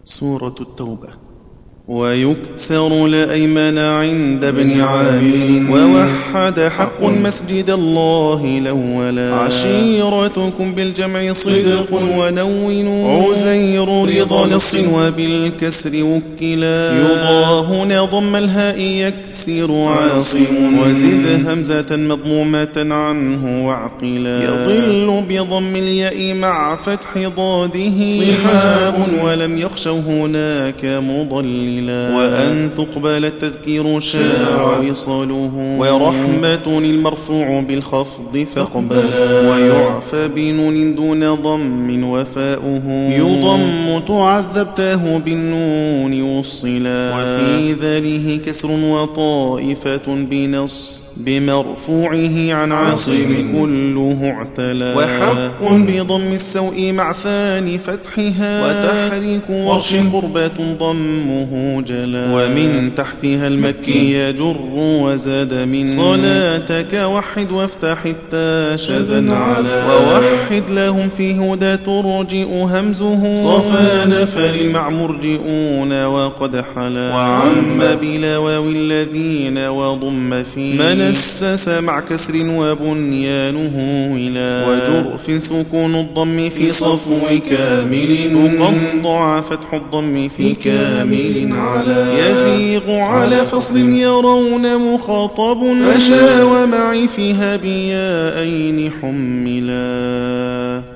سورة التوبة. ويكسر الأيمن عند ابن عامر ووحد حق مسجد الله الأولا. عشيرتكم بالجمع صدق ونون عزير رضا نص وبالكسر وكلا. يضاه ضم الهاء يكسر عاصم وزد همزة مضمومة عنه وعقلا. يضل بضم الياء مع فتح ضاده صحاب ولم يخشوا هناك مضل. وأن تقبل التذكير شاع وصله ورحمة المرفوع بالخفض فاقبلا. ويعفى بنون دون ضم وفاؤه يضم تعذبته بالنون وصلا. وفي ذاله كسر وطائفة بنص بمرفوعه عن عاصم كله اعتلى. وحق بضم السوء مع ثاني فتحها وتحريك ورش قربة ضمه جلا. ومن تحتها المكي يجر وزاد من صلاتك وحد وافتح التاء شذا على. ووحد لهم في هدى ترجئ همزه صفا نفر مع مرجئون وقد حلا. وعم بلا واو الذين وضم في منسس مع كسر وبنيانه ولا. وجرف سكون الضم في صفو كامل مقطع فتح الضم في كامل على. يزيغ على فصل يرون مخاطب فشا ومعي فيها بياءين حملا.